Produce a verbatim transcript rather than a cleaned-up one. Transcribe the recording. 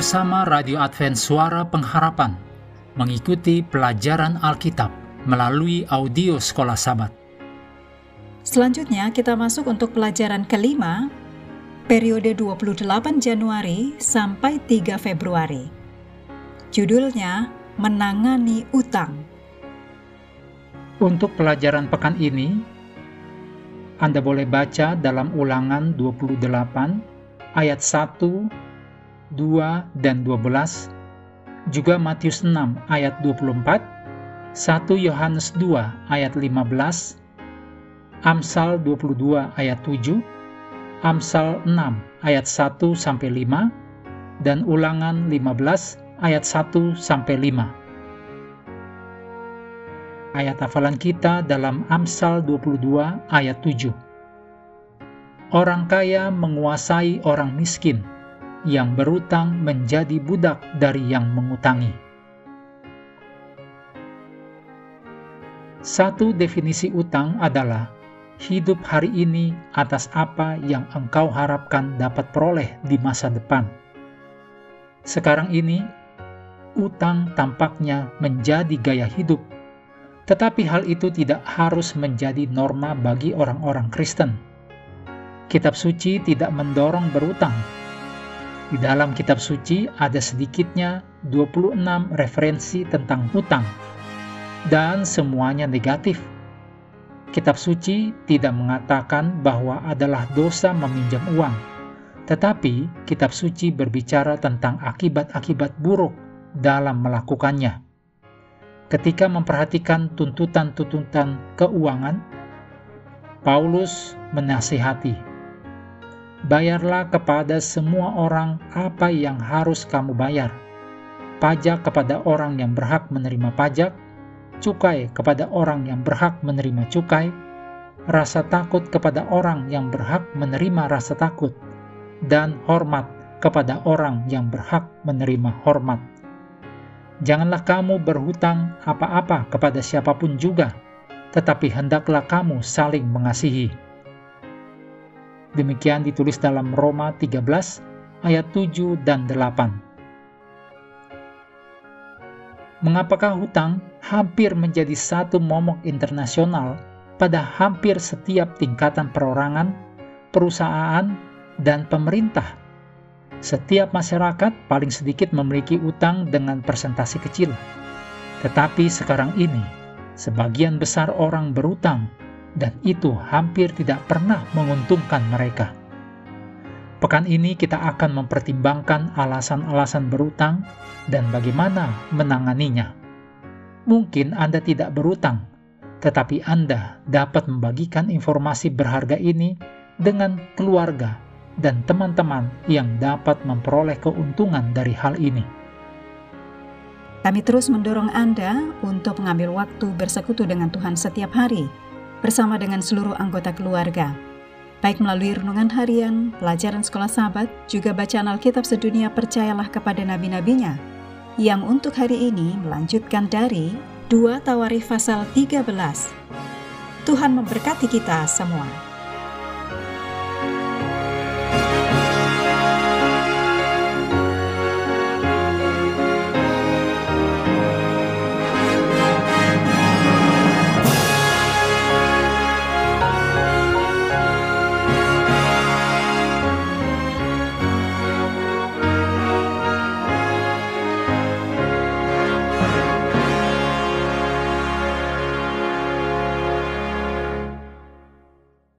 bersama Radio Advent Suara Pengharapan mengikuti pelajaran Alkitab melalui audio Sekolah Sabat. Selanjutnya kita masuk untuk pelajaran kelima, periode dua puluh delapan Januari sampai tiga Februari. Judulnya, Menangani Utang. Untuk pelajaran pekan ini, Anda boleh baca dalam Ulangan dua puluh delapan ayat satu, dua, dan dua belas, juga Matius enam ayat dua puluh empat, satu Yohanes dua ayat lima belas, Amsal dua puluh dua ayat tujuh, Amsal enam ayat satu sampai lima, dan Ulangan lima belas ayat satu sampai lima. Ayat hafalan kita dalam Amsal dua puluh dua ayat tujuh. Orang kaya menguasai orang miskin, yang berutang menjadi budak dari yang mengutangi. Satu definisi utang adalah hidup hari ini atas apa yang engkau harapkan dapat peroleh di masa depan. Sekarang ini, utang tampaknya menjadi gaya hidup, tetapi hal itu tidak harus menjadi norma bagi orang-orang Kristen. Kitab suci tidak mendorong berutang. Di dalam kitab suci ada sedikitnya dua puluh enam referensi tentang hutang, dan semuanya negatif. Kitab suci tidak mengatakan bahwa adalah dosa meminjam uang, tetapi kitab suci berbicara tentang akibat-akibat buruk dalam melakukannya. Ketika memperhatikan tuntutan-tuntutan keuangan, Paulus menasihati, bayarlah kepada semua orang apa yang harus kamu bayar. Pajak kepada orang yang berhak menerima pajak, cukai kepada orang yang berhak menerima cukai, rasa takut kepada orang yang berhak menerima rasa takut, dan hormat kepada orang yang berhak menerima hormat. Janganlah kamu berhutang apa-apa kepada siapapun juga, tetapi hendaklah kamu saling mengasihi. Demikian ditulis dalam Roma tiga belas ayat tujuh dan delapan. Mengapakah hutang hampir menjadi satu momok internasional pada hampir setiap tingkatan perorangan, perusahaan, dan pemerintah? Setiap masyarakat paling sedikit memiliki utang dengan persentase kecil. Tetapi sekarang ini, sebagian besar orang berutang, dan itu hampir tidak pernah menguntungkan mereka. Pekan ini kita akan mempertimbangkan alasan-alasan berutang dan bagaimana menanganinya. Mungkin Anda tidak berutang, tetapi Anda dapat membagikan informasi berharga ini dengan keluarga dan teman-teman yang dapat memperoleh keuntungan dari hal ini. Kami terus mendorong Anda untuk mengambil waktu bersekutu dengan Tuhan setiap hari, bersama dengan seluruh anggota keluarga, baik melalui renungan harian, pelajaran sekolah sahabat, juga bacaan Alkitab sedunia percayalah kepada nabi-nabinya, yang untuk hari ini melanjutkan dari dua Tawarikh pasal tiga belas. Tuhan memberkati kita semua.